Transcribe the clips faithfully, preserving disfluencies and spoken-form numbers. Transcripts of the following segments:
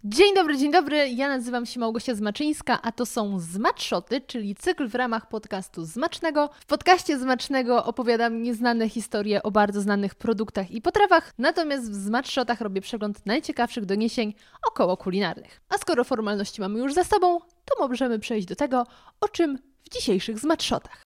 Dzień dobry, dzień dobry, ja nazywam się Małgosia Zmaczyńska, a to są Zmaczshoty, czyli cykl w ramach podcastu Zmacznego. W podcaście Zmacznego opowiadam nieznane historie o bardzo znanych produktach i potrawach, natomiast w Zmaczshotach robię przegląd najciekawszych doniesień około kulinarnych. A skoro formalności mamy już za sobą, to możemy przejść do tego, o czym w dzisiejszych Zmaczshotach.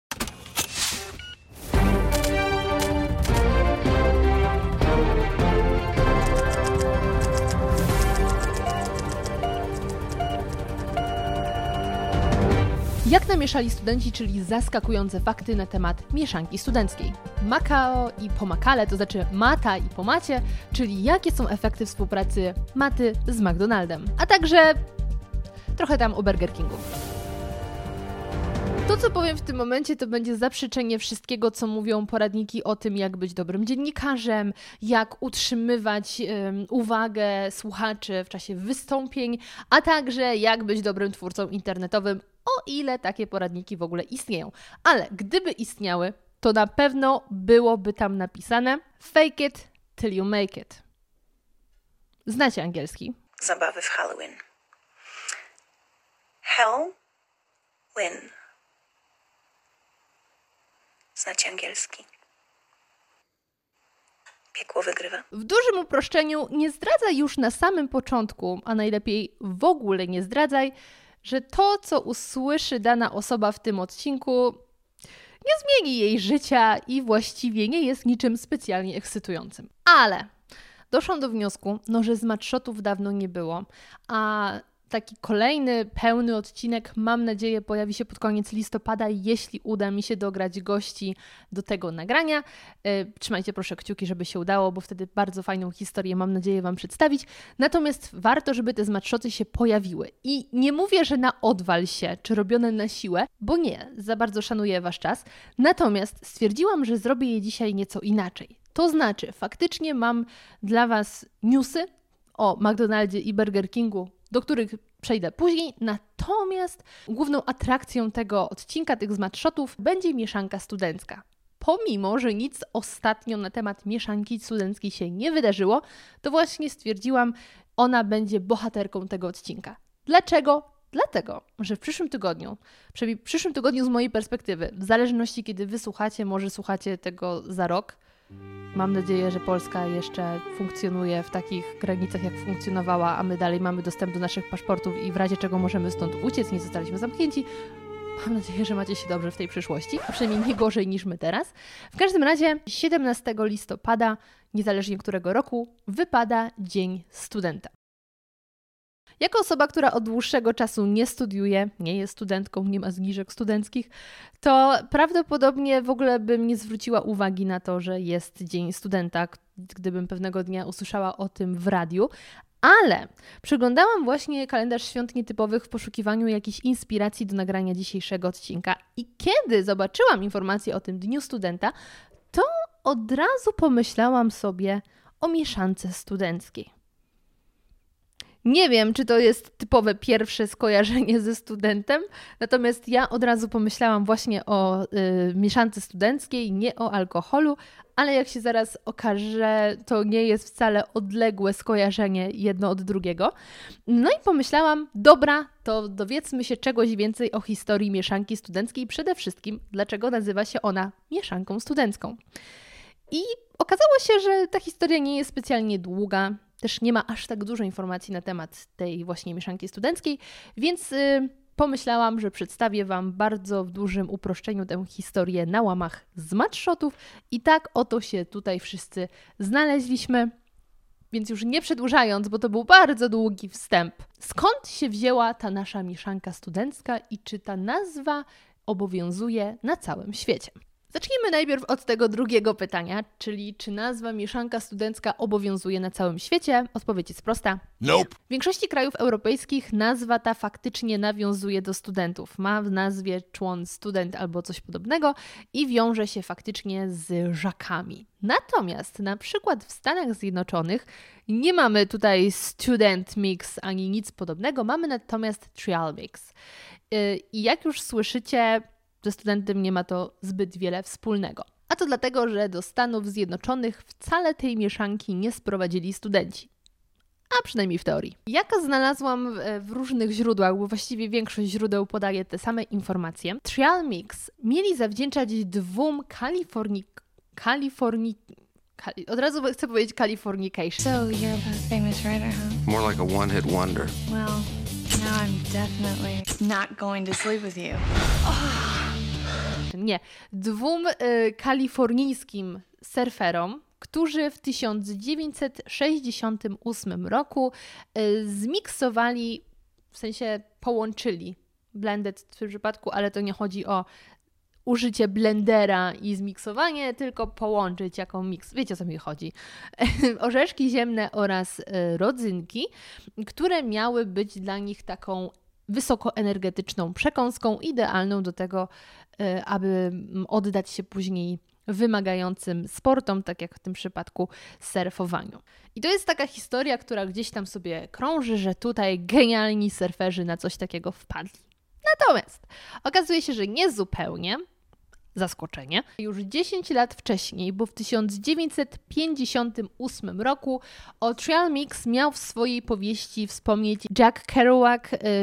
Jak namieszali studenci, czyli zaskakujące fakty na temat mieszanki studenckiej. Makao i pomakale, to znaczy mata i pomacie, czyli jakie są efekty współpracy maty z McDonaldem. A także trochę tam o Burger Kingu. To, co powiem w tym momencie, to będzie zaprzeczenie wszystkiego, co mówią poradniki o tym, jak być dobrym dziennikarzem, jak utrzymywać um, uwagę słuchaczy w czasie wystąpień, a także jak być dobrym twórcą internetowym, o ile takie poradniki w ogóle istnieją. Ale gdyby istniały, to na pewno byłoby tam napisane fake it till you make it. Znacie angielski? Zabawy w Halloween. Hell-win. Znacie angielski? Piekło wygrywa. W dużym uproszczeniu nie zdradzaj już na samym początku, a najlepiej w ogóle nie zdradzaj, że to, co usłyszy dana osoba w tym odcinku, nie zmieni jej życia i właściwie nie jest niczym specjalnie ekscytującym. Ale doszłam do wniosku, no, że Zmaczshotów dawno nie było, a taki kolejny, pełny odcinek, mam nadzieję, pojawi się pod koniec listopada, jeśli uda mi się dograć gości do tego nagrania. Yy, trzymajcie proszę kciuki, żeby się udało, bo wtedy bardzo fajną historię mam nadzieję Wam przedstawić. Natomiast warto, żeby te Zmaczshoty się pojawiły. I nie mówię, że na odwal się, czy robione na siłę, bo nie, za bardzo szanuję Wasz czas. Natomiast stwierdziłam, że zrobię je dzisiaj nieco inaczej. To znaczy, faktycznie mam dla Was newsy o McDonaldzie i Burger Kingu, do których przejdę później, natomiast główną atrakcją tego odcinka, tych Zmaczshotów, będzie mieszanka studencka. Pomimo, że nic ostatnio na temat mieszanki studenckiej się nie wydarzyło, to właśnie stwierdziłam, ona będzie bohaterką tego odcinka. Dlaczego? Dlatego, że w przyszłym tygodniu, przynajmniej w przyszłym tygodniu z mojej perspektywy, w zależności kiedy wy słuchacie, może słuchacie tego za rok, mam nadzieję, że Polska jeszcze funkcjonuje w takich granicach, jak funkcjonowała, a my dalej mamy dostęp do naszych paszportów i w razie czego możemy stąd uciec, nie zostaliśmy zamknięci. Mam nadzieję, że macie się dobrze w tej przyszłości, a przynajmniej nie gorzej niż my teraz. W każdym razie siedemnastego listopada, niezależnie którego roku, wypada Dzień Studenta. Jako osoba, która od dłuższego czasu nie studiuje, nie jest studentką, nie ma zniżek studenckich, to prawdopodobnie w ogóle bym nie zwróciła uwagi na to, że jest Dzień Studenta, gdybym pewnego dnia usłyszała o tym w radiu. Ale przeglądałam właśnie kalendarz świąt nietypowych w poszukiwaniu jakiejś inspiracji do nagrania dzisiejszego odcinka i kiedy zobaczyłam informację o tym Dniu Studenta, to od razu pomyślałam sobie o mieszance studenckiej. Nie wiem, czy to jest typowe pierwsze skojarzenie ze studentem, natomiast ja od razu pomyślałam właśnie o y, mieszance studenckiej, nie o alkoholu, ale jak się zaraz okaże, to nie jest wcale odległe skojarzenie jedno od drugiego. No i pomyślałam, dobra, to dowiedzmy się czegoś więcej o historii mieszanki studenckiej, przede wszystkim dlaczego nazywa się ona mieszanką studencką. I okazało się, że ta historia nie jest specjalnie długa, też nie ma aż tak dużo informacji na temat tej właśnie mieszanki studenckiej, więc yy, pomyślałam, że przedstawię Wam bardzo w dużym uproszczeniu tę historię na łamach Zmaczshotów i tak oto się tutaj wszyscy znaleźliśmy. Więc już nie przedłużając, bo to był bardzo długi wstęp. Skąd się wzięła ta nasza mieszanka studencka i czy ta nazwa obowiązuje na całym świecie? Zacznijmy najpierw od tego drugiego pytania, czyli czy nazwa mieszanka studencka obowiązuje na całym świecie? Odpowiedź jest prosta. Nope. W większości krajów europejskich nazwa ta faktycznie nawiązuje do studentów. Ma w nazwie człon student albo coś podobnego i wiąże się faktycznie z żakami. Natomiast na przykład w Stanach Zjednoczonych nie mamy tutaj student mix ani nic podobnego, mamy natomiast trial mix. I jak już słyszycie, ze studentem nie ma to zbyt wiele wspólnego. A to dlatego, że do Stanów Zjednoczonych wcale tej mieszanki nie sprowadzili studenci. A przynajmniej w teorii. Jak znalazłam w, w różnych źródłach, bo właściwie większość źródeł podaje te same informacje, Trial Mix mieli zawdzięczać dwóm Kaliforni... Kaliforni... Kali... Od razu chcę powiedzieć Californication. So you're a famous writer, huh? More like a one-hit wonder. Well, now I'm definitely not going to sleep with you. Nie. Dwóm y, kalifornijskim surferom, którzy w tysiąc dziewięćset sześćdziesiątym ósmym roku y, zmiksowali, w sensie połączyli, blended w tym przypadku, ale to nie chodzi o użycie blendera i zmiksowanie, tylko połączyć jako miks. Wiecie, o co mi chodzi. Orzeszki ziemne oraz y, rodzynki, które miały być dla nich taką wysokoenergetyczną przekąską, idealną do tego, y, aby oddać się później wymagającym sportom, tak jak w tym przypadku surfowaniu. I to jest taka historia, która gdzieś tam sobie krąży, że tutaj genialni surferzy na coś takiego wpadli. Natomiast okazuje się, że nie zupełnie. Zaskoczenie. Już dziesięć lat wcześniej, bo w tysiąc dziewięćset pięćdziesiątym ósmym roku o Trial Mix miał w swojej powieści wspomnieć Jack Kerouac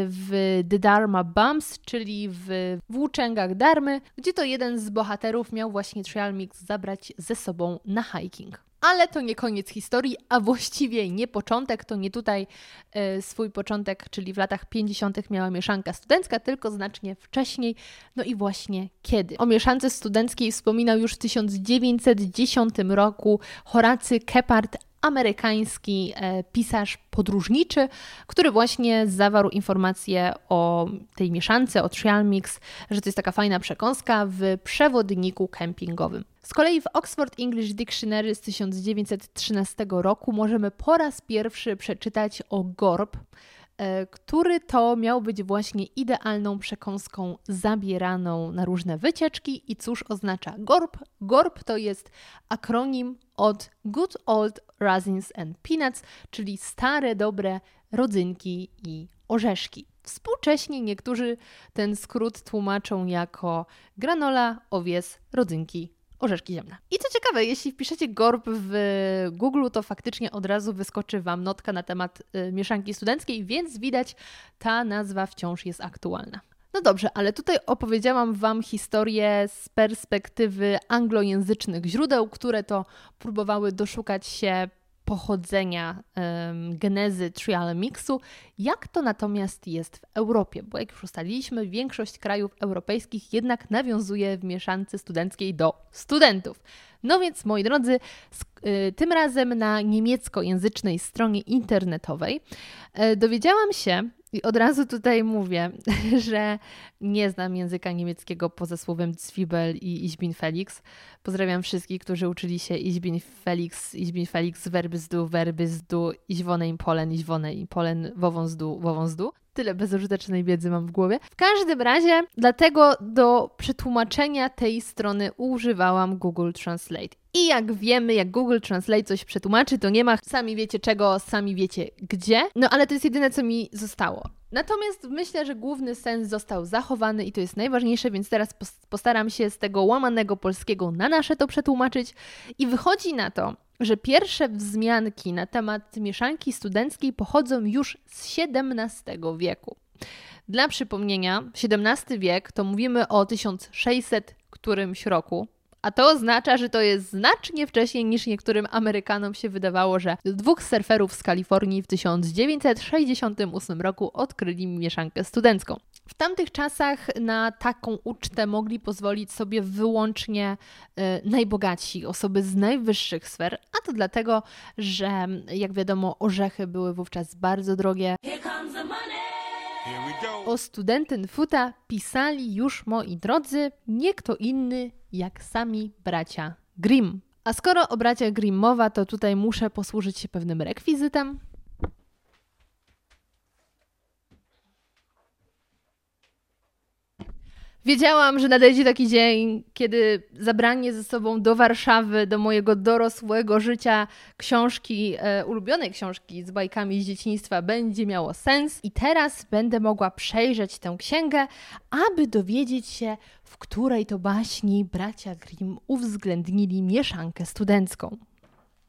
w The Dharma Bums, czyli w Włóczęgach Dharmy, gdzie to jeden z bohaterów miał właśnie Trial Mix zabrać ze sobą na hiking. Ale to nie koniec historii, a właściwie nie początek, to nie tutaj y, swój początek, czyli w latach pięćdziesiątych miała mieszanka studencka, tylko znacznie wcześniej. No i właśnie kiedy? O mieszance studenckiej wspominał już w tysiąc dziewięćset dziesiątym roku Horacy Kephart, amerykański e, pisarz podróżniczy, który właśnie zawarł informację o tej mieszance, o Trial Mix, że to jest taka fajna przekąska w przewodniku kempingowym. Z kolei w Oxford English Dictionary z tysiąc dziewięćset trzynastego roku możemy po raz pierwszy przeczytać o gorb, e, który to miał być właśnie idealną przekąską zabieraną na różne wycieczki. I cóż oznacza gorb? Gorb to jest akronim od Good Old Raisins and Peanuts, czyli stare, dobre rodzynki i orzeszki. Współcześnie niektórzy ten skrót tłumaczą jako granola, owies, rodzynki, orzeszki ziemne. I co ciekawe, jeśli wpiszecie gorb w Google, to faktycznie od razu wyskoczy Wam notka na temat y, mieszanki studenckiej, więc widać, ta nazwa wciąż jest aktualna. No dobrze, ale tutaj opowiedziałam Wam historię z perspektywy anglojęzycznych źródeł, które to próbowały doszukać się pochodzenia, um, genezy Trial Mixu. Jak to natomiast jest w Europie? Bo jak już ustaliliśmy, większość krajów europejskich jednak nawiązuje w mieszance studenckiej do studentów. No więc, moi drodzy, y, tym razem na niemieckojęzycznej stronie internetowej y, dowiedziałam się, i od razu tutaj mówię, że nie znam języka niemieckiego poza słowem Zwiebel i Ich bin Felix. Pozdrawiam wszystkich, którzy uczyli się Ich bin Felix, Ich bin Felix, wer bist du, wer bist du, ich wohne in Polen, ich wohne in Polen, wo wohnst du, wo wohnst du. Tyle bezużytecznej wiedzy mam w głowie. W każdym razie, dlatego do przetłumaczenia tej strony używałam Google Translate. I jak wiemy, jak Google Translate coś przetłumaczy, to nie ma sami wiecie czego, sami wiecie gdzie. No ale to jest jedyne, co mi zostało. Natomiast myślę, że główny sens został zachowany i to jest najważniejsze, więc teraz postaram się z tego łamanego polskiego na nasze to przetłumaczyć. I wychodzi na to, że pierwsze wzmianki na temat mieszanki studenckiej pochodzą już z siedemnastego wieku. Dla przypomnienia, siedemnasty wiek to mówimy o tysiąc sześćset którymś roku, a to oznacza, że to jest znacznie wcześniej niż niektórym Amerykanom się wydawało, że dwóch surferów z Kalifornii w tysiąc dziewięćset sześćdziesiątym ósmym roku odkryli mieszankę studencką. W tamtych czasach na taką ucztę mogli pozwolić sobie wyłącznie y, najbogatsi, osoby z najwyższych sfer, a to dlatego, że jak wiadomo orzechy były wówczas bardzo drogie. O Studentenfutter pisali już, moi drodzy, nie kto inny jak sami bracia Grimm. A skoro o braciach Grimm mowa, to tutaj muszę posłużyć się pewnym rekwizytem. Wiedziałam, że nadejdzie taki dzień, kiedy zabranie ze sobą do Warszawy, do mojego dorosłego życia książki, e, ulubionej książki z bajkami z dzieciństwa będzie miało sens. I teraz będę mogła przejrzeć tę księgę, aby dowiedzieć się, w której to baśni bracia Grimm uwzględnili mieszankę studencką.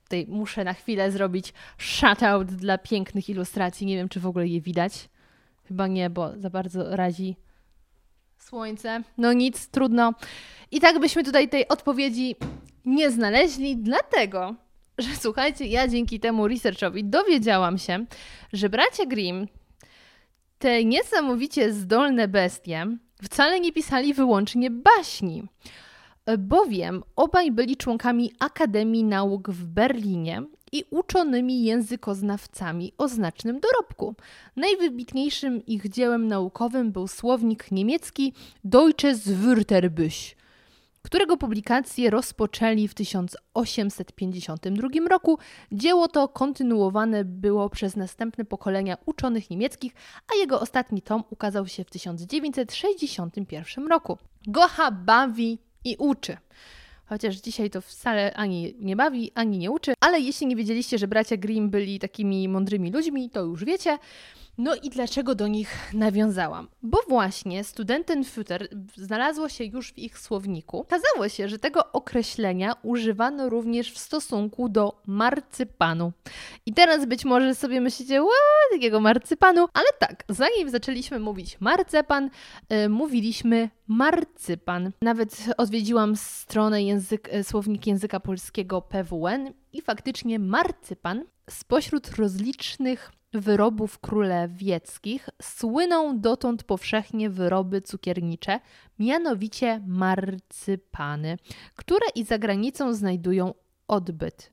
Tutaj muszę na chwilę zrobić shoutout dla pięknych ilustracji. Nie wiem, czy w ogóle je widać. Chyba nie, bo za bardzo razi słońce. No nic, trudno. I tak byśmy tutaj tej odpowiedzi nie znaleźli, dlatego, że słuchajcie, ja dzięki temu researchowi dowiedziałam się, że bracia Grimm, te niesamowicie zdolne bestie, wcale nie pisali wyłącznie baśni, bowiem obaj byli członkami Akademii Nauk w Berlinie i uczonymi językoznawcami o znacznym dorobku. Najwybitniejszym ich dziełem naukowym był słownik niemiecki Deutsches Wörterbuch, którego publikację rozpoczęli w tysiąc osiemset pięćdziesiątym drugim roku. Dzieło to kontynuowane było przez następne pokolenia uczonych niemieckich, a jego ostatni tom ukazał się w tysiąc dziewięćset sześćdziesiątym pierwszym roku. Gocha bawi i uczy. Chociaż dzisiaj to wcale ani nie bawi, ani nie uczy, ale jeśli nie wiedzieliście, że bracia Grimm byli takimi mądrymi ludźmi, to już wiecie. No i dlaczego do nich nawiązałam? Bo właśnie Studentenfutter znalazło się już w ich słowniku. Okazało się, że tego określenia używano również w stosunku do marcypanu. I teraz być może sobie myślicie, what, jakiego marcypanu? Ale tak, zanim zaczęliśmy mówić marcepan, yy, mówiliśmy marcypan. Nawet odwiedziłam stronę język, słownik języka polskiego P W N i faktycznie marcypan spośród rozlicznych wyrobów królewieckich słyną dotąd powszechnie wyroby cukiernicze, mianowicie marcypany, które i za granicą znajdują odbyt.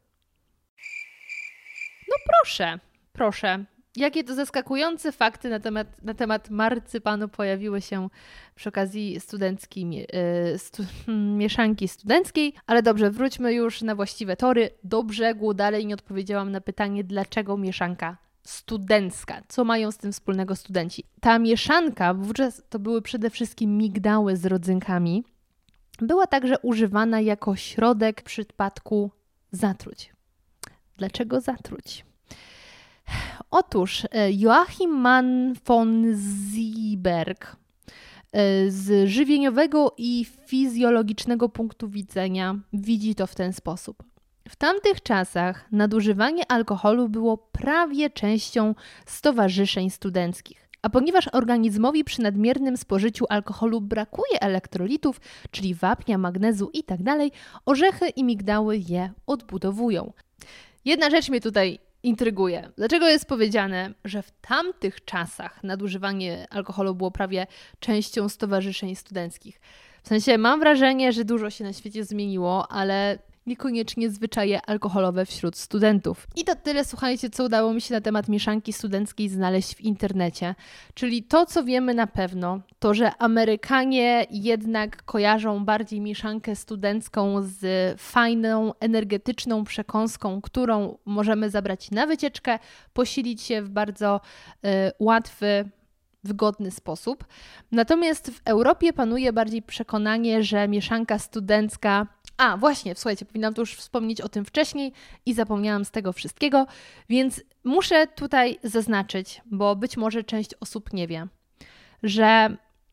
No proszę, proszę. Jakie to zaskakujące fakty na temat, na temat marcypanu pojawiły się przy okazji studenckiej, yy, stu, mieszanki studenckiej. Ale dobrze, wróćmy już na właściwe tory. Do brzegu dalej nie odpowiedziałam na pytanie, dlaczego mieszanka studencka. Co mają z tym wspólnego studenci? Ta mieszanka, wówczas to były przede wszystkim migdały z rodzynkami, była także używana jako środek w przypadku zatruć. Dlaczego zatruć? Otóż Joachim Mann von Sieberg z żywieniowego i fizjologicznego punktu widzenia widzi to w ten sposób. W tamtych czasach nadużywanie alkoholu było prawie częścią stowarzyszeń studenckich. A ponieważ organizmowi przy nadmiernym spożyciu alkoholu brakuje elektrolitów, czyli wapnia, magnezu itd., orzechy i migdały je odbudowują. Jedna rzecz mnie tutaj intryguje. Dlaczego jest powiedziane, że w tamtych czasach nadużywanie alkoholu było prawie częścią stowarzyszeń studenckich? W sensie mam wrażenie, że dużo się na świecie zmieniło, ale niekoniecznie zwyczaje alkoholowe wśród studentów. I to tyle, słuchajcie, co udało mi się na temat mieszanki studenckiej znaleźć w internecie. Czyli to, co wiemy na pewno, to, że Amerykanie jednak kojarzą bardziej mieszankę studencką z fajną, energetyczną przekąską, którą możemy zabrać na wycieczkę, posilić się w bardzo y, łatwy, wygodny sposób. Natomiast w Europie panuje bardziej przekonanie, że mieszanka studencka... A, właśnie, słuchajcie, powinnam tu już wspomnieć o tym wcześniej i zapomniałam z tego wszystkiego, więc muszę tutaj zaznaczyć, bo być może część osób nie wie, że...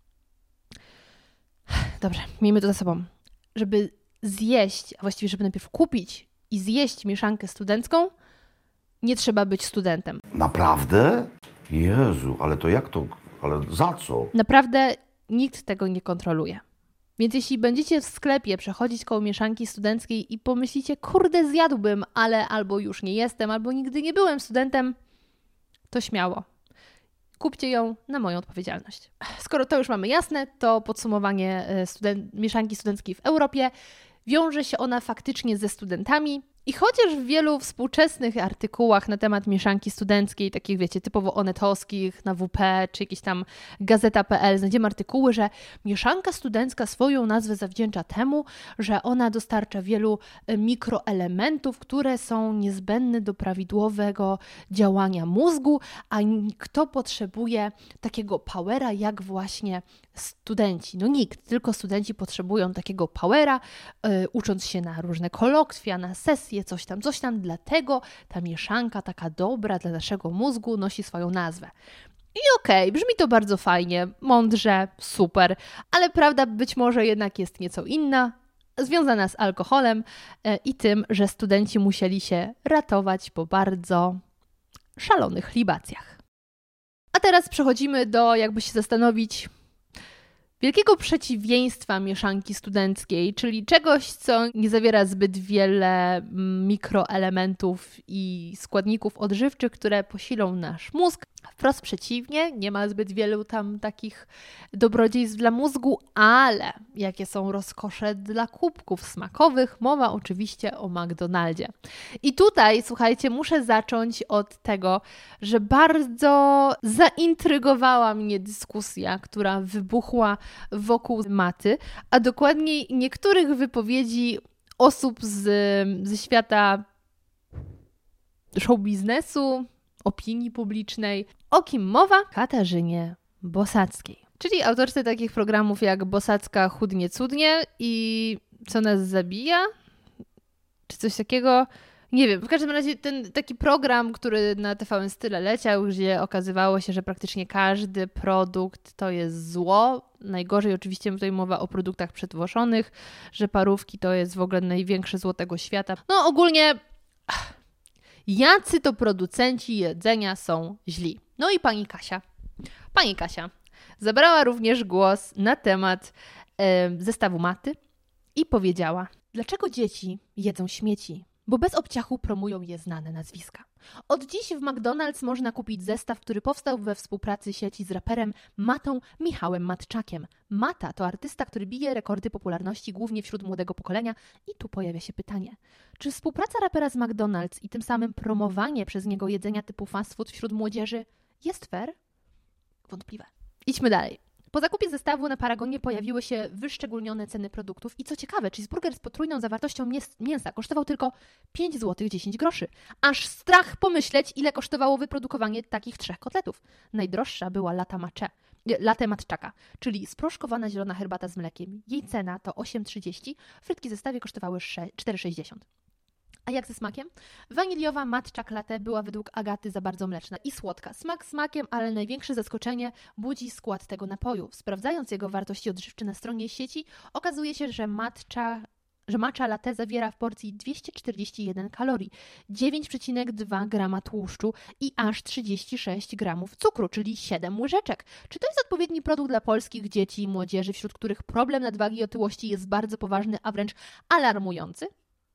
Dobrze, miejmy to za sobą. Żeby zjeść, a właściwie żeby najpierw kupić i zjeść mieszankę studencką, nie trzeba być studentem. Naprawdę? Jezu, ale to jak to? Ale za co? Naprawdę nikt tego nie kontroluje. Więc jeśli będziecie w sklepie przechodzić koło mieszanki studenckiej i pomyślicie, kurde, zjadłbym, ale albo już nie jestem, albo nigdy nie byłem studentem, to śmiało. Kupcie ją na moją odpowiedzialność. Skoro to już mamy jasne, to podsumowanie studen- mieszanki studenckiej w Europie. Wiąże się ona faktycznie ze studentami. I chociaż w wielu współczesnych artykułach na temat mieszanki studenckiej, takich wiecie, typowo onetowskich, na W P czy jakieś tam gazeta kropka p l, znajdziemy artykuły, że mieszanka studencka swoją nazwę zawdzięcza temu, że ona dostarcza wielu mikroelementów, które są niezbędne do prawidłowego działania mózgu, a kto potrzebuje takiego powera jak właśnie studenci. No nikt, tylko studenci potrzebują takiego powera, yy, ucząc się na różne kolokwia, na sesje, coś tam, coś tam, dlatego ta mieszanka taka dobra dla naszego mózgu nosi swoją nazwę. I okej, okay, brzmi to bardzo fajnie, mądrze, super, ale prawda być może jednak jest nieco inna. związana z alkoholem i tym, że studenci musieli się ratować po bardzo szalonych libacjach. A teraz przechodzimy do, jakby się zastanowić, wielkiego przeciwieństwa mieszanki studenckiej, czyli czegoś, co nie zawiera zbyt wiele mikroelementów i składników odżywczych, które posilą nasz mózg. Wprost przeciwnie, nie ma zbyt wielu tam takich dobrodziejstw dla mózgu, ale jakie są rozkosze dla kubków smakowych? Mowa oczywiście o McDonaldzie. I tutaj, słuchajcie, muszę zacząć od tego, że bardzo zaintrygowała mnie dyskusja, która wybuchła wokół maty, a dokładniej niektórych wypowiedzi osób z, ze świata show biznesu, opinii publicznej. O kim mowa? Katarzynie Bosackiej, czyli autorce takich programów jak Bosacka chudnie cudnie i Co nas zabija? Czy coś takiego? Nie wiem. W każdym razie ten taki program, który na T V N Style leciał, gdzie okazywało się, że praktycznie każdy produkt to jest zło. Najgorzej oczywiście tutaj mowa o produktach przetworzonych, że parówki to jest w ogóle największe zło tego świata. No ogólnie jacy to producenci jedzenia są źli. No i pani Kasia. Pani Kasia zabrała również głos na temat e, zestawu maty i powiedziała: dlaczego dzieci jedzą śmieci? Bo bez obciachu promują je znane nazwiska. Od dziś w McDonald's można kupić zestaw, który powstał we współpracy sieci z raperem Matą Michałem Matczakiem. Mata to artysta, który bije rekordy popularności głównie wśród młodego pokolenia. I tu pojawia się pytanie, czy współpraca rapera z McDonald's i tym samym promowanie przez niego jedzenia typu fast food wśród młodzieży jest fair? Wątpliwe. Idźmy dalej. Po zakupie zestawu na Paragonie pojawiły się wyszczególnione ceny produktów i co ciekawe, cheeseburger z potrójną zawartością mięsa kosztował tylko pięć złotych dziesięć groszy. Aż strach pomyśleć, ile kosztowało wyprodukowanie takich trzech kotletów. Najdroższa była latte matcha, latte Matczaka, czyli sproszkowana zielona herbata z mlekiem. Jej cena to osiem trzydzieści, frytki w zestawie kosztowały cztery sześćdziesiąt. A jak ze smakiem? Waniliowa matcha latte była według Agaty za bardzo mleczna i słodka. Smak smakiem, ale największe zaskoczenie budzi skład tego napoju. Sprawdzając jego wartości odżywcze na stronie sieci, okazuje się, że matcha, że matcha latte zawiera w porcji dwieście czterdzieści jeden kalorii, dziewięć przecinek dwa grama tłuszczu i aż trzydzieści sześć gramów cukru, czyli siedem łyżeczek. Czy to jest odpowiedni produkt dla polskich dzieci i młodzieży, wśród których problem nadwagi i otyłości jest bardzo poważny, a wręcz alarmujący?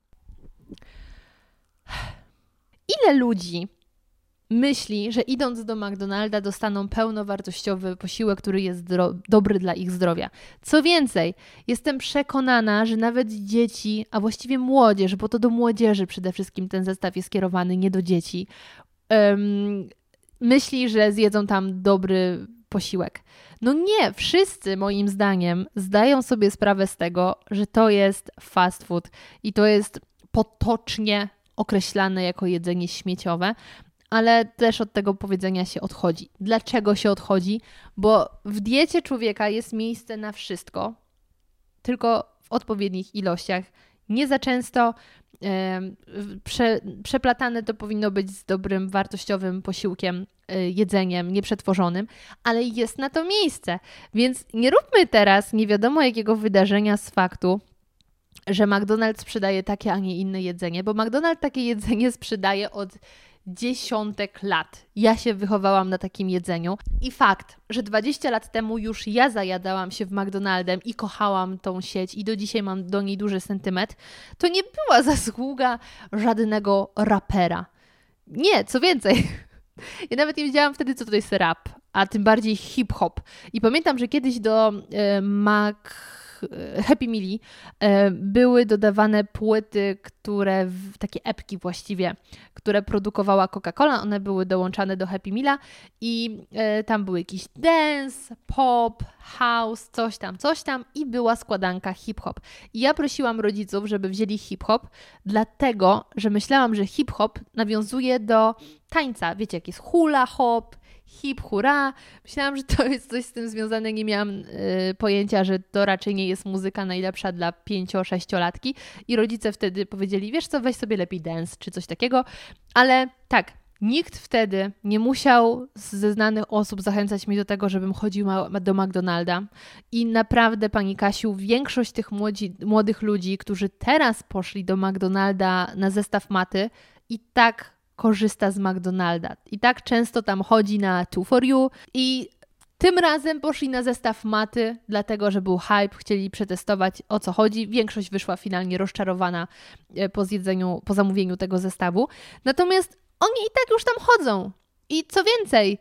Ile ludzi myśli, że idąc do McDonalda dostaną pełnowartościowy posiłek, który jest zdro- dobry dla ich zdrowia? Co więcej, jestem przekonana, że nawet dzieci, a właściwie młodzież, bo to do młodzieży przede wszystkim ten zestaw jest skierowany, nie do dzieci, um, myśli, że zjedzą tam dobry posiłek. No nie, wszyscy moim zdaniem zdają sobie sprawę z tego, że to jest fast food i to jest potocznie określane jako jedzenie śmieciowe, ale też od tego powiedzenia się odchodzi. Dlaczego się odchodzi? Bo w diecie człowieka jest miejsce na wszystko, tylko w odpowiednich ilościach. Nie za często e, prze, przeplatane to powinno być z dobrym, wartościowym posiłkiem, e, jedzeniem nieprzetworzonym, ale jest na to miejsce. Więc nie róbmy teraz nie wiadomo jakiego wydarzenia z faktu, że McDonald's sprzedaje takie, a nie inne jedzenie, bo McDonald's takie jedzenie sprzedaje od dziesiątek lat. Ja się wychowałam na takim jedzeniu i fakt, że dwadzieścia lat temu już ja zajadałam się w McDonaldem i kochałam tą sieć i do dzisiaj mam do niej duży sentyment, to nie była zasługa żadnego rapera. Nie, co więcej, ja nawet nie wiedziałam wtedy, co to jest rap, a tym bardziej hip-hop. I pamiętam, że kiedyś do y, Mac... Happy Meali były dodawane płyty, które, w, takie epki właściwie, które produkowała Coca-Cola, one były dołączane do Happy Meala i e, tam był jakiś dance, pop, house, coś tam, coś tam i była składanka hip-hop. I ja prosiłam rodziców, żeby wzięli hip-hop, dlatego, że myślałam, że hip-hop nawiązuje do tańca. Wiecie, jak jest hula hop, hip hura. Myślałam, że to jest coś z tym związane. Nie miałam y, pojęcia, że to raczej nie jest muzyka najlepsza dla pięcio-sześciolatki. I rodzice wtedy powiedzieli, wiesz co, weź sobie lepiej dance, czy coś takiego. Ale tak, Nikt wtedy nie musiał ze znanych osób zachęcać mnie do tego, żebym chodziła do McDonalda. I naprawdę, Pani Kasiu, większość tych młodzi, młodych ludzi, którzy teraz poszli do McDonalda na zestaw maty, i tak korzysta z McDonalda. I tak często tam chodzi na two for you i tym razem poszli na zestaw maty, dlatego że był hype, chcieli przetestować, o co chodzi. Większość wyszła finalnie rozczarowana po zjedzeniu, po zamówieniu tego zestawu. Natomiast oni i tak już tam chodzą. I co więcej,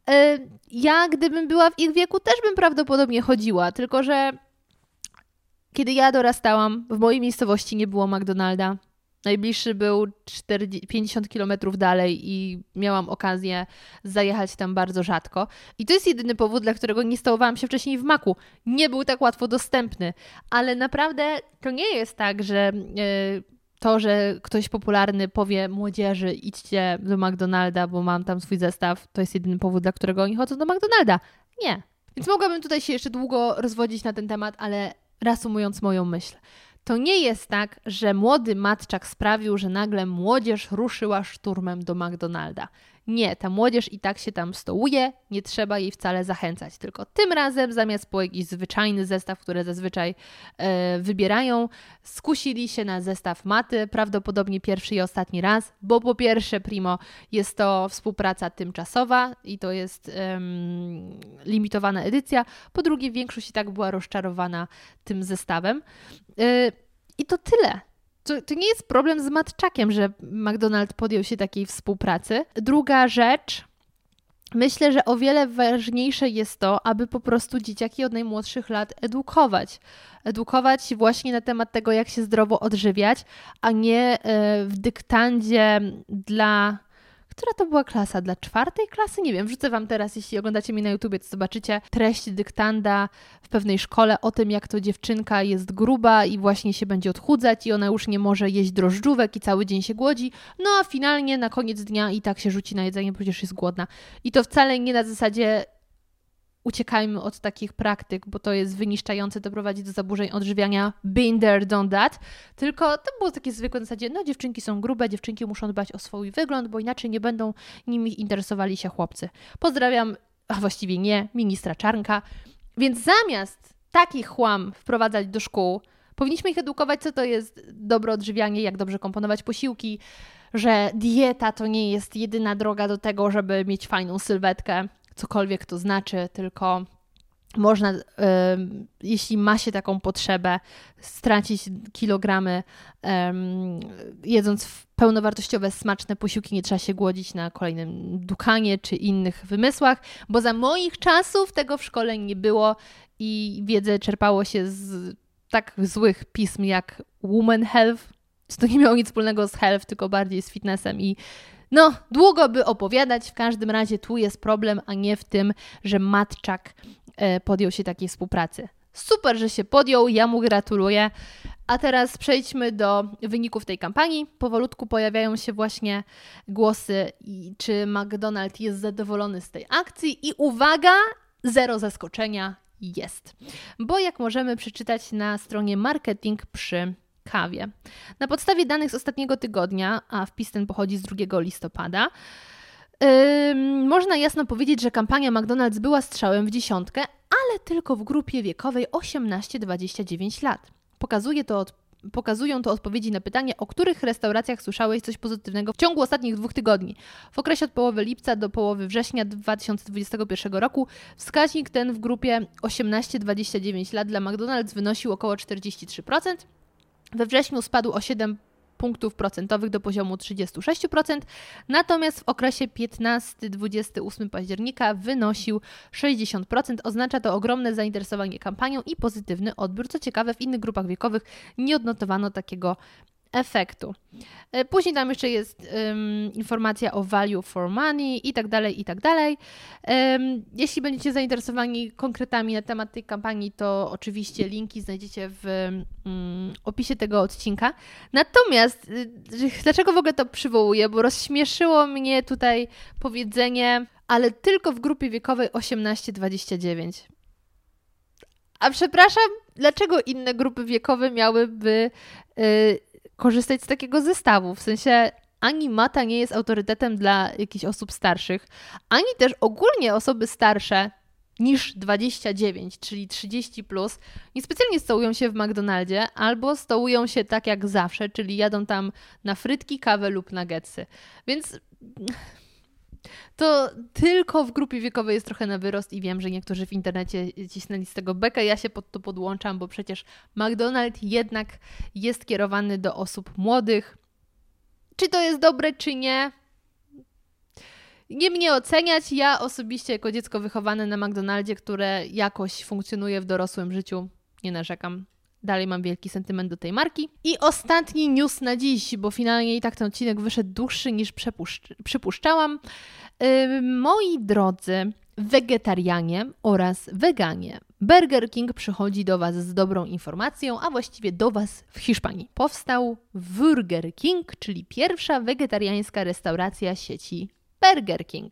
ja gdybym była w ich wieku, też bym prawdopodobnie chodziła, tylko że kiedy ja dorastałam, w mojej miejscowości nie było McDonalda. Najbliższy był czterdzieści, pięćdziesiąt kilometrów dalej i miałam okazję zajechać tam bardzo rzadko. I to jest jedyny powód, dla którego nie stołowałam się wcześniej w Macu. Nie był tak łatwo dostępny. Ale naprawdę to nie jest tak, że yy, to, że ktoś popularny powie młodzieży, idźcie do McDonalda, bo mam tam swój zestaw, to jest jedyny powód, dla którego oni chodzą do McDonalda. Nie. Więc mogłabym tutaj się jeszcze długo rozwodzić na ten temat, ale reasumując moją myśl. To nie jest tak, że młody matczak sprawił, że nagle młodzież ruszyła szturmem do McDonalda. Nie, ta młodzież i tak się tam stołuje, nie trzeba jej wcale zachęcać. Tylko tym razem zamiast po jakiś zwyczajny zestaw, który zazwyczaj e, wybierają, skusili się na zestaw maty, prawdopodobnie pierwszy i ostatni raz, bo po pierwsze, primo, jest to współpraca tymczasowa i to jest em, limitowana edycja, po drugie większość i tak była rozczarowana tym zestawem. E, I to tyle. To, to nie jest problem z matczakiem, że McDonald's podjął się takiej współpracy. Druga rzecz, myślę, że o wiele ważniejsze jest to, aby po prostu dzieciaki od najmłodszych lat edukować. Edukować właśnie na temat tego, jak się zdrowo odżywiać, a nie w dyktandzie dla... Która to była klasa? Dla czwartej klasy? Nie wiem, wrzucę Wam teraz, jeśli oglądacie mnie na YouTubie, to zobaczycie treść dyktanda w pewnej szkole o tym, jak to dziewczynka jest gruba i właśnie się będzie odchudzać i ona już nie może jeść drożdżówek i cały dzień się głodzi, no a finalnie na koniec dnia i tak się rzuci na jedzenie, przecież jest głodna. I to wcale nie na zasadzie uciekajmy od takich praktyk, bo to jest wyniszczające, to prowadzi do zaburzeń odżywiania, been there, done that, tylko to było takie zwykłe na zasadzie, no dziewczynki są grube, dziewczynki muszą dbać o swój wygląd, bo inaczej nie będą nimi interesowali się chłopcy. Pozdrawiam, a właściwie nie, ministra Czarnka. Więc zamiast takich chłam wprowadzać do szkół, powinniśmy ich edukować, co to jest dobre odżywianie, jak dobrze komponować posiłki, że dieta to nie jest jedyna droga do tego, żeby mieć fajną sylwetkę, cokolwiek to znaczy, tylko można, y, jeśli ma się taką potrzebę, stracić kilogramy y, jedząc pełnowartościowe, smaczne posiłki, nie trzeba się głodzić na kolejnym dukanie czy innych wymysłach, bo za moich czasów tego w szkole nie było i wiedzę czerpało się z tak złych pism jak Woman Health, co to nie miało nic wspólnego z health, tylko bardziej z fitnessem i no, długo by opowiadać, w każdym razie tu jest problem, a nie w tym, że matczak e, podjął się takiej współpracy. Super, że się podjął, ja mu gratuluję. A teraz przejdźmy do wyników tej kampanii. Powolutku pojawiają się właśnie głosy, czy McDonald's jest zadowolony z tej akcji i uwaga, zero zaskoczenia jest. Bo jak możemy przeczytać na stronie Marketing przy kawie. Na podstawie danych z ostatniego tygodnia, a wpis ten pochodzi z drugiego listopada, yy, można jasno powiedzieć, że kampania McDonald's była strzałem w dziesiątkę, ale tylko w grupie wiekowej osiemnaście do dwudziestu dziewięciu lat. Pokazuje to od, pokazują to odpowiedzi na pytanie, o których restauracjach słyszałeś coś pozytywnego w ciągu ostatnich dwóch tygodni. W okresie od połowy lipca do połowy września dwa tysiące dwudziestego pierwszego roku wskaźnik ten w grupie osiemnaście do dwudziestu dziewięciu lat dla McDonald's wynosił około czterdzieści trzy procent. We wrześniu spadł o siedem punktów procentowych do poziomu trzydzieści sześć procent, natomiast w okresie piętnastego do dwudziestego ósmego października wynosił sześćdziesiąt procent. Oznacza to ogromne zainteresowanie kampanią i pozytywny odbiór. Co ciekawe, w innych grupach wiekowych nie odnotowano takiego efektu. Później tam jeszcze jest um, informacja o value for money i tak dalej, i tak dalej. Um, jeśli będziecie zainteresowani konkretami na temat tej kampanii, to oczywiście linki znajdziecie w um, opisie tego odcinka. Natomiast y, dlaczego w ogóle to przywołuję? Bo rozśmieszyło mnie tutaj powiedzenie, ale tylko w grupie wiekowej osiemnaście do dwudziestu dziewięciu. A przepraszam, dlaczego inne grupy wiekowe miałyby y, korzystać z takiego zestawu? W sensie ani Mata nie jest autorytetem dla jakichś osób starszych, ani też ogólnie osoby starsze niż dwadzieścia dziewięć, czyli trzydzieści plus, niespecjalnie stołują się w McDonaldzie albo stołują się tak jak zawsze, czyli jadą tam na frytki, kawę lub nuggetsy. Więc to tylko w grupie wiekowej jest trochę na wyrost i wiem, że niektórzy w internecie cisnęli z tego bekę. Ja się pod to podłączam, bo przecież McDonald's jednak jest kierowany do osób młodych. Czy to jest dobre, czy nie? Nie mnie oceniać. Ja osobiście jako dziecko wychowane na McDonaldzie, które jakoś funkcjonuje w dorosłym życiu, nie narzekam. Dalej mam wielki sentyment do tej marki. I ostatni news na dziś, bo finalnie i tak ten odcinek wyszedł dłuższy niż przepuszcz- przypuszczałam. Yy, moi drodzy wegetarianie oraz weganie, Burger King przychodzi do Was z dobrą informacją, a właściwie do Was w Hiszpanii. Powstał Burger King, czyli pierwsza wegetariańska restauracja sieci Burger King.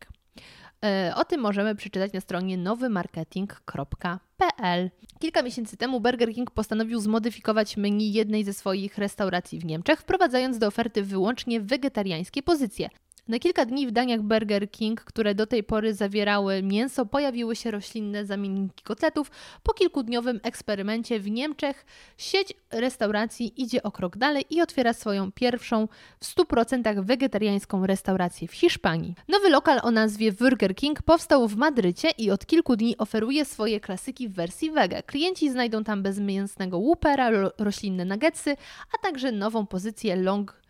O tym możemy przeczytać na stronie nowy marketing kropka p l. Kilka miesięcy temu Burger King postanowił zmodyfikować menu jednej ze swoich restauracji w Niemczech, wprowadzając do oferty wyłącznie wegetariańskie pozycje. Na kilka dni w daniach Burger King, które do tej pory zawierały mięso, pojawiły się roślinne zamienniki kotletów. Po kilkudniowym eksperymencie w Niemczech sieć restauracji idzie o krok dalej i otwiera swoją pierwszą w stu procentach wegetariańską restaurację w Hiszpanii. Nowy lokal o nazwie Burger King powstał w Madrycie i od kilku dni oferuje swoje klasyki w wersji wege. Klienci znajdą tam bezmięsnego Whoopera, ro- roślinne nuggetsy, a także nową pozycję long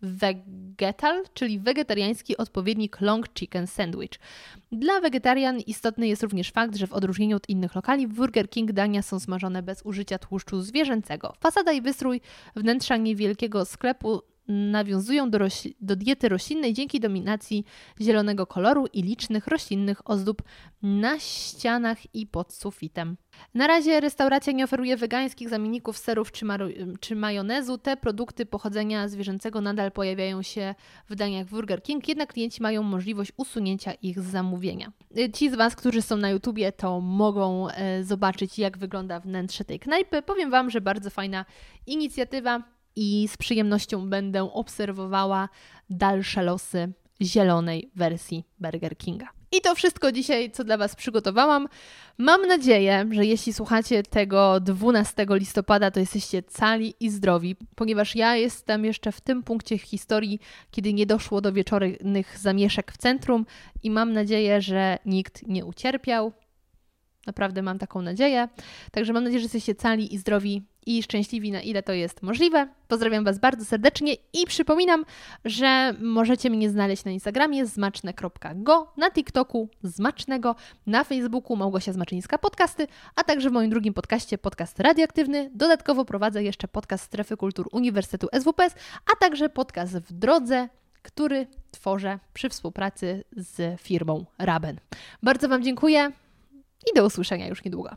vegetal, czyli wegetariański odpowiednik long chicken sandwich. Dla wegetarian istotny jest również fakt, że w odróżnieniu od innych lokali w Burger King dania są smażone bez użycia tłuszczu zwierzęcego. Fasada i wystrój wnętrza niewielkiego sklepu nawiązują do, rośl- do diety roślinnej dzięki dominacji zielonego koloru i licznych roślinnych ozdób na ścianach i pod sufitem. Na razie restauracja nie oferuje wegańskich zamienników serów czy, mar- czy majonezu. Te produkty pochodzenia zwierzęcego nadal pojawiają się w daniach Burger King, jednak klienci mają możliwość usunięcia ich z zamówienia. Ci z Was, którzy są na YouTubie, to mogą e, zobaczyć, jak wygląda wnętrze tej knajpy. Powiem Wam, że bardzo fajna inicjatywa. I z przyjemnością będę obserwowała dalsze losy zielonej wersji Burger Kinga. I to wszystko dzisiaj, co dla Was przygotowałam. Mam nadzieję, że jeśli słuchacie tego dwunastego listopada, to jesteście cali i zdrowi, ponieważ ja jestem jeszcze w tym punkcie w historii, kiedy nie doszło do wieczornych zamieszek w centrum i mam nadzieję, że nikt nie ucierpiał. Naprawdę mam taką nadzieję. Także mam nadzieję, że jesteście cali i zdrowi i szczęśliwi, na ile to jest możliwe. Pozdrawiam Was bardzo serdecznie i przypominam, że możecie mnie znaleźć na Instagramie zmaczne kropka go, na TikToku Zmacznego, na Facebooku Małgosia Zmaczyńska Podcasty, a także w moim drugim podcaście Podcast Radioaktywny. Dodatkowo prowadzę jeszcze podcast Strefy Kultur Uniwersytetu S W P S, a także podcast W Drodze, który tworzę przy współpracy z firmą Raben. Bardzo Wam dziękuję i do usłyszenia już niedługo.